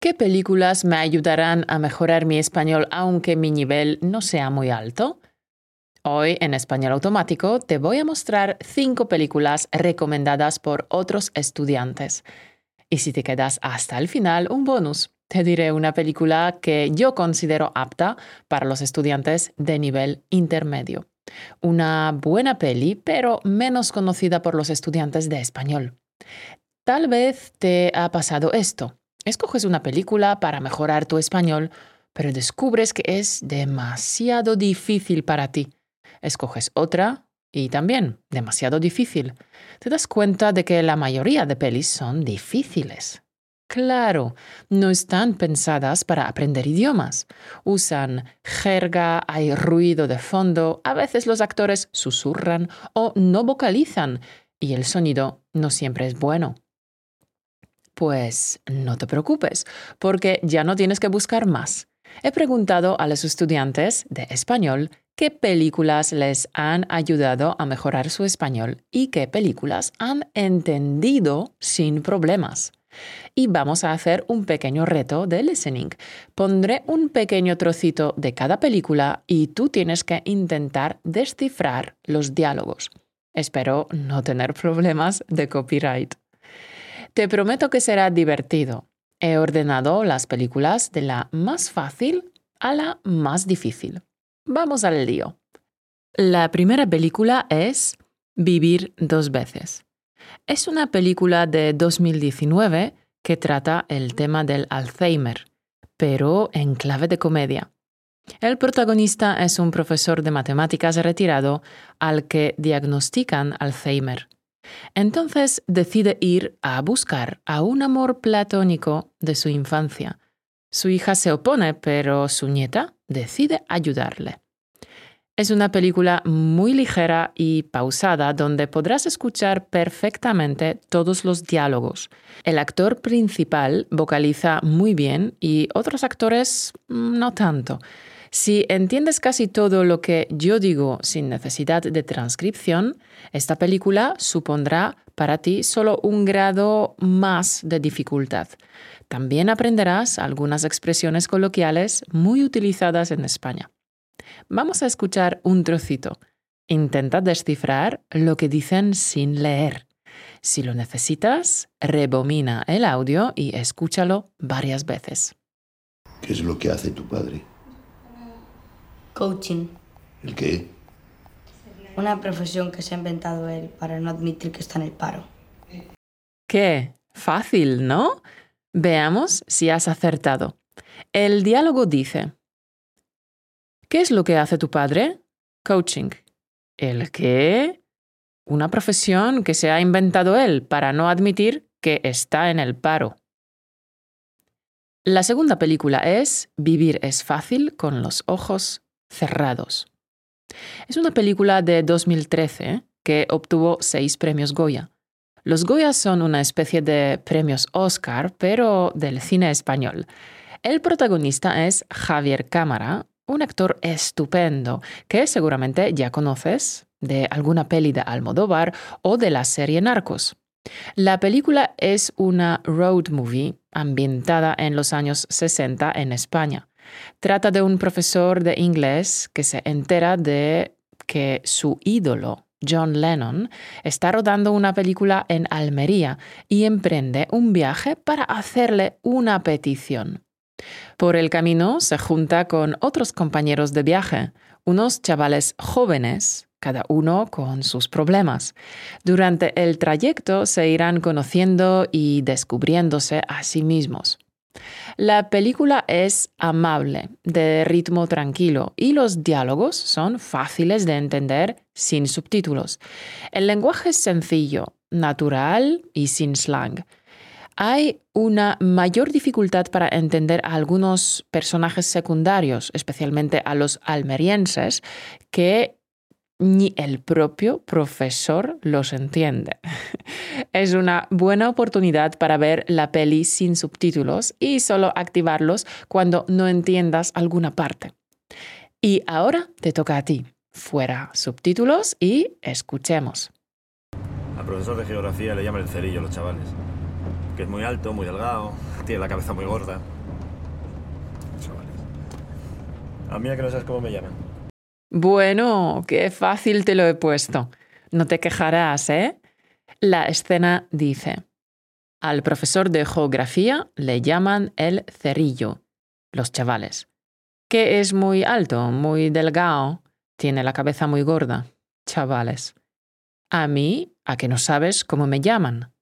¿Qué películas me ayudarán a mejorar mi español aunque mi nivel no sea muy alto? Hoy, en Español Automático, te voy a mostrar 5 películas recomendadas por otros estudiantes. Y si te quedas hasta el final, un bonus. Te diré una película que yo considero apta para los estudiantes de nivel intermedio. Una buena peli, pero menos conocida por los estudiantes de español. Tal vez te ha pasado esto. Escoges una película para mejorar tu español, pero descubres que es demasiado difícil para ti. Escoges otra y también demasiado difícil. Te das cuenta de que la mayoría de pelis son difíciles. Claro, no están pensadas para aprender idiomas. Usan jerga, hay ruido de fondo, a veces los actores susurran o no vocalizan y el sonido no siempre es bueno. Pues no te preocupes, porque ya no tienes que buscar más. He preguntado a los estudiantes de español qué películas les han ayudado a mejorar su español y qué películas han entendido sin problemas. Y vamos a hacer un pequeño reto de listening. Pondré un pequeño trocito de cada película y tú tienes que intentar descifrar los diálogos. Espero no tener problemas de copyright. Te prometo que será divertido. He ordenado las películas de la más fácil a la más difícil. Vamos al lío. La primera película es Vivir dos veces. Es una película de 2019 que trata el tema del Alzheimer, pero en clave de comedia. El protagonista es un profesor de matemáticas retirado al que diagnostican Alzheimer. Entonces decide ir a buscar a un amor platónico de su infancia. Su hija se opone, pero su nieta decide ayudarle. Es una película muy ligera y pausada donde podrás escuchar perfectamente todos los diálogos. El actor principal vocaliza muy bien y otros actores no tanto. Si entiendes casi todo lo que yo digo sin necesidad de transcripción, esta película supondrá para ti solo un grado más de dificultad. También aprenderás algunas expresiones coloquiales muy utilizadas en España. Vamos a escuchar un trocito. Intenta descifrar lo que dicen sin leer. Si lo necesitas, rebobina el audio y escúchalo varias veces. ¿Qué es lo que hace tu padre? Coaching. ¿El qué? Una profesión que se ha inventado él para no admitir que está en el paro. ¡Qué fácil!, ¿no? Veamos si has acertado. El diálogo dice: ¿qué es lo que hace tu padre? Coaching. ¿El qué? Una profesión que se ha inventado él para no admitir que está en el paro. La segunda película es Vivir es fácil con los ojos cerrados. Es una película de 2013 que obtuvo 6 premios Goya. Los Goya son una especie de premios Oscar, pero del cine español. El protagonista es Javier Cámara, un actor estupendo que seguramente ya conoces de alguna peli de Almodóvar o de la serie Narcos. La película es una road movie ambientada en los años 60 en España. Trata de un profesor de inglés que se entera de que su ídolo, John Lennon, está rodando una película en Almería y emprende un viaje para hacerle una petición. Por el camino se junta con otros compañeros de viaje, unos chavales jóvenes, cada uno con sus problemas. Durante el trayecto se irán conociendo y descubriéndose a sí mismos. La película es amable, de ritmo tranquilo, y los diálogos son fáciles de entender sin subtítulos. El lenguaje es sencillo, natural y sin slang. Hay una mayor dificultad para entender a algunos personajes secundarios, especialmente a los almerienses, que ni el propio profesor los entiende. Es una buena oportunidad para ver la peli sin subtítulos y solo activarlos cuando no entiendas alguna parte. Y ahora te toca a ti. Fuera subtítulos y escuchemos. Al profesor de geografía le llaman el cerillo los chavales. Que es muy alto, muy delgado, Tiene la cabeza muy gorda. Chavales. A mí, ¿a que no sabes cómo me llaman? Bueno, qué fácil te lo he puesto. No te quejarás, ¿eh? La escena dice: al profesor de geografía le llaman el Cerillo, los chavales, que es muy alto, muy delgado, tiene la cabeza muy gorda, chavales. A mí, ¿a que no sabes cómo me llaman?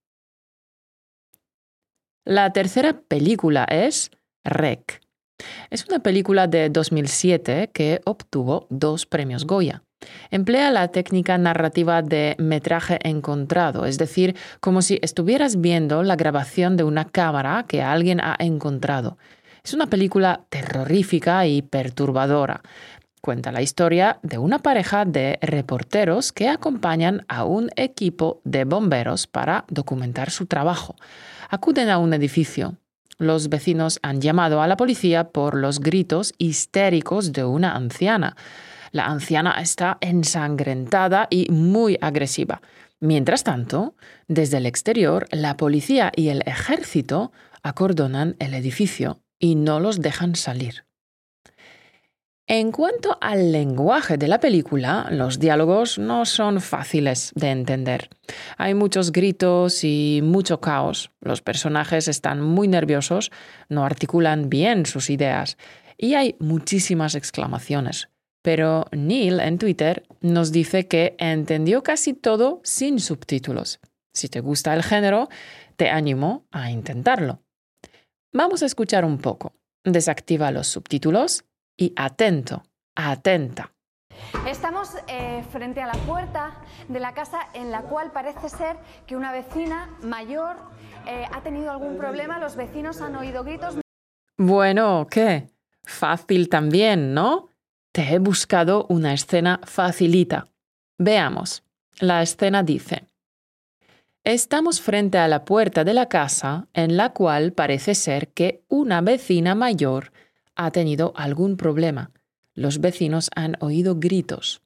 La tercera película es REC. Es una película de 2007 que obtuvo 2 premios Goya. Emplea la técnica narrativa de metraje encontrado, es decir, como si estuvieras viendo la grabación de una cámara que alguien ha encontrado. Es una película terrorífica y perturbadora. Cuenta la historia de una pareja de reporteros que acompañan a un equipo de bomberos para documentar su trabajo. Acuden a un edificio. Los vecinos han llamado a la policía por los gritos histéricos de una anciana. La anciana está ensangrentada y muy agresiva. Mientras tanto, desde el exterior, la policía y el ejército acordonan el edificio y no los dejan salir. En cuanto al lenguaje de la película, los diálogos no son fáciles de entender. Hay muchos gritos y mucho caos. Los personajes están muy nerviosos, no articulan bien sus ideas y hay muchísimas exclamaciones. Pero Neil en Twitter nos dice que entendió casi todo sin subtítulos. Si te gusta el género, te animo a intentarlo. Vamos a escuchar un poco. Desactiva los subtítulos y atento, atenta. Estamos frente a la puerta de la casa en la cual parece ser que una vecina mayor ha tenido algún problema. Los vecinos han oído gritos. Bueno, ¿qué? Fácil también, ¿no? Te he buscado una escena facilita. Veamos. La escena dice: estamos frente a la puerta de la casa en la cual parece ser que una vecina mayor ha tenido algún problema. Los vecinos han oído gritos.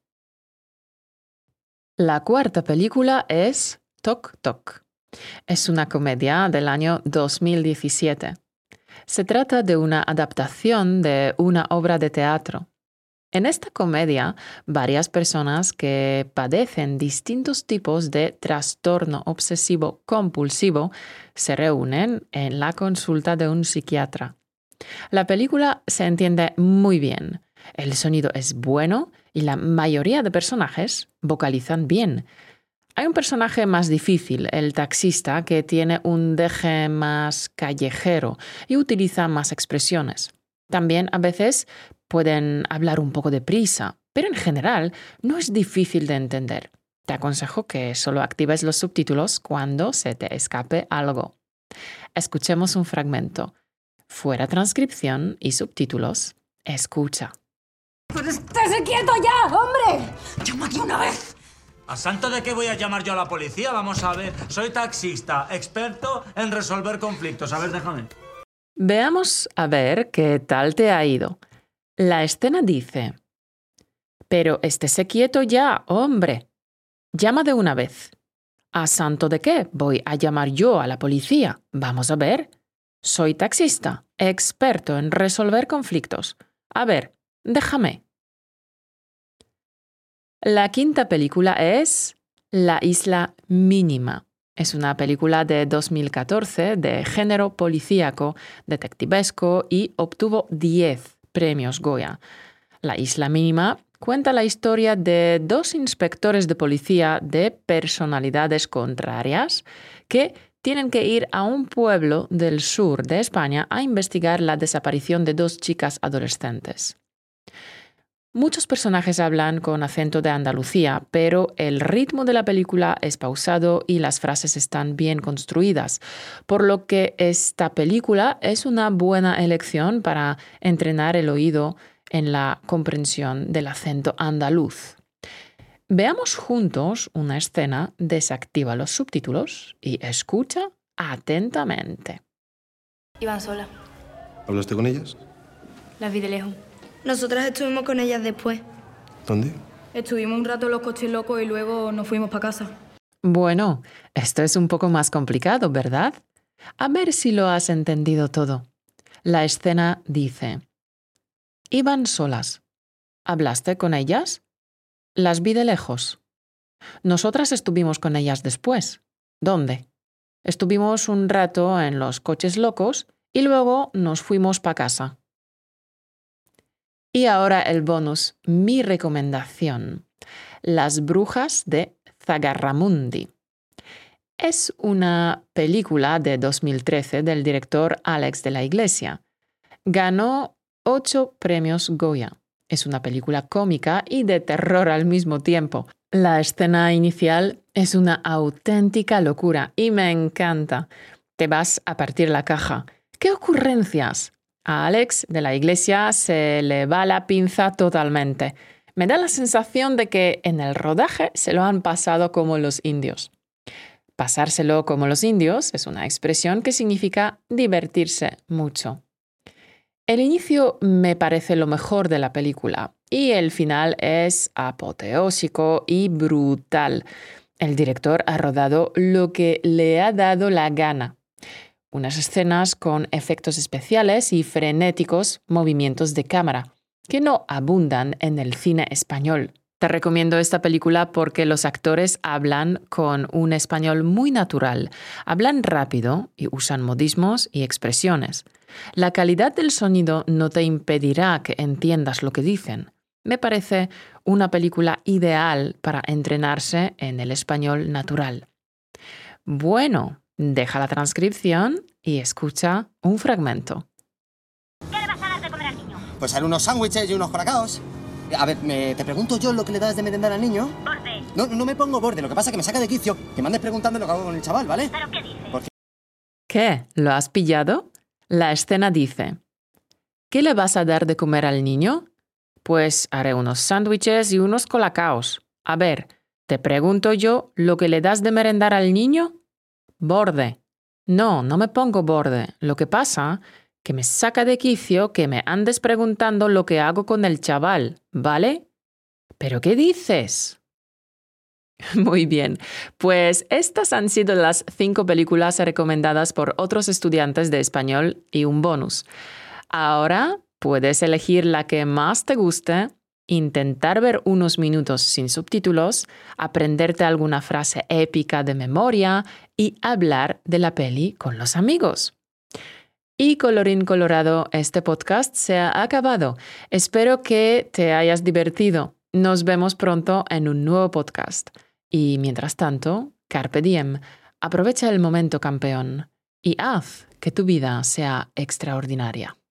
La cuarta película es Toc Toc. Es una comedia del año 2017. Se trata de una adaptación de una obra de teatro. En esta comedia, varias personas que padecen distintos tipos de trastorno obsesivo-compulsivo se reúnen en la consulta de un psiquiatra. La película se entiende muy bien. El sonido es bueno y la mayoría de personajes vocalizan bien. Hay un personaje más difícil, el taxista, que tiene un deje más callejero y utiliza más expresiones. También a veces pueden hablar un poco deprisa, pero en general no es difícil de entender. Te aconsejo que solo actives los subtítulos cuando se te escape algo. Escuchemos un fragmento. Fuera transcripción y subtítulos, escucha. ¡Pero estése quieto ya, hombre! ¡Llama aquí una vez! ¿A santo de qué voy a llamar yo a la policía? Vamos a ver, soy taxista, experto en resolver conflictos. A ver, déjame. Veamos a ver qué tal te ha ido. La escena dice: pero estése quieto ya, hombre. Llama de una vez. ¿A santo de qué voy a llamar yo a la policía? Vamos a ver. Soy taxista, experto en resolver conflictos. A ver, déjame. La quinta película es La isla mínima. Es una película de 2014 de género policíaco, detectivesco y obtuvo 10 premios Goya. La isla mínima cuenta la historia de 2 inspectores de policía de personalidades contrarias que tienen que ir a un pueblo del sur de España a investigar la desaparición de 2 chicas adolescentes. Muchos personajes hablan con acento de Andalucía, pero el ritmo de la película es pausado y las frases están bien construidas, por lo que esta película es una buena elección para entrenar el oído en la comprensión del acento andaluz. Veamos juntos una escena, desactiva los subtítulos y escucha atentamente. Iban solas. ¿Hablaste con ellas? Las vi de lejos. Nosotras estuvimos con ellas después. ¿Dónde? Estuvimos un rato en los coches locos y luego nos fuimos para casa. Bueno, esto es un poco más complicado, ¿verdad? A ver si lo has entendido todo. La escena dice: iban solas. ¿Hablaste con ellas? Las vi de lejos. Nosotras estuvimos con ellas después. ¿Dónde? Estuvimos un rato en los coches locos y luego nos fuimos para casa. Y ahora el bonus, mi recomendación. Las brujas de Zagarramundi. Es una película de 2013 del director Alex de la Iglesia. Ganó 8 premios Goya. Es una película cómica y de terror al mismo tiempo. La escena inicial es una auténtica locura y me encanta. Te vas a partir la caja. ¡Qué ocurrencias! A Alex de la Iglesia se le va la pinza totalmente. Me da la sensación de que en el rodaje se lo han pasado como los indios. Pasárselo como los indios es una expresión que significa divertirse mucho. El inicio me parece lo mejor de la película y el final es apoteósico y brutal. El director ha rodado lo que le ha dado la gana. Unas escenas con efectos especiales y frenéticos movimientos de cámara, que no abundan en el cine español. Te recomiendo esta película porque los actores hablan con un español muy natural, hablan rápido y usan modismos y expresiones. La calidad del sonido no te impedirá que entiendas lo que dicen. Me parece una película ideal para entrenarse en el español natural. Bueno, deja la transcripción y escucha un fragmento. ¿Qué le vas a dar de comer al niño? Pues haré unos sándwiches y unos colacaos. A ver, te pregunto yo lo que le das de merendar al niño. Borde. No me pongo borde, lo que pasa es que me saca de quicio que me andes preguntando lo que hago con el chaval, ¿vale? ¿Pero qué dices? ¿Qué? ¿Lo has pillado? La escena dice: ¿qué le vas a dar de comer al niño? Pues haré unos sándwiches y unos colacaos. A ver, ¿te pregunto yo lo que le das de merendar al niño? Borde. No me pongo borde. Lo que pasa que me saca de quicio que me andes preguntando lo que hago con el chaval, ¿vale? ¿Pero qué dices? Muy bien, pues estas han sido las 5 películas recomendadas por otros estudiantes de español y un bonus. Ahora puedes elegir la que más te guste, intentar ver unos minutos sin subtítulos, aprenderte alguna frase épica de memoria y hablar de la peli con los amigos. Y colorín colorado, este podcast se ha acabado. Espero que te hayas divertido. Nos vemos pronto en un nuevo podcast. Y mientras tanto, carpe diem, aprovecha el momento, campeón, y haz que tu vida sea extraordinaria.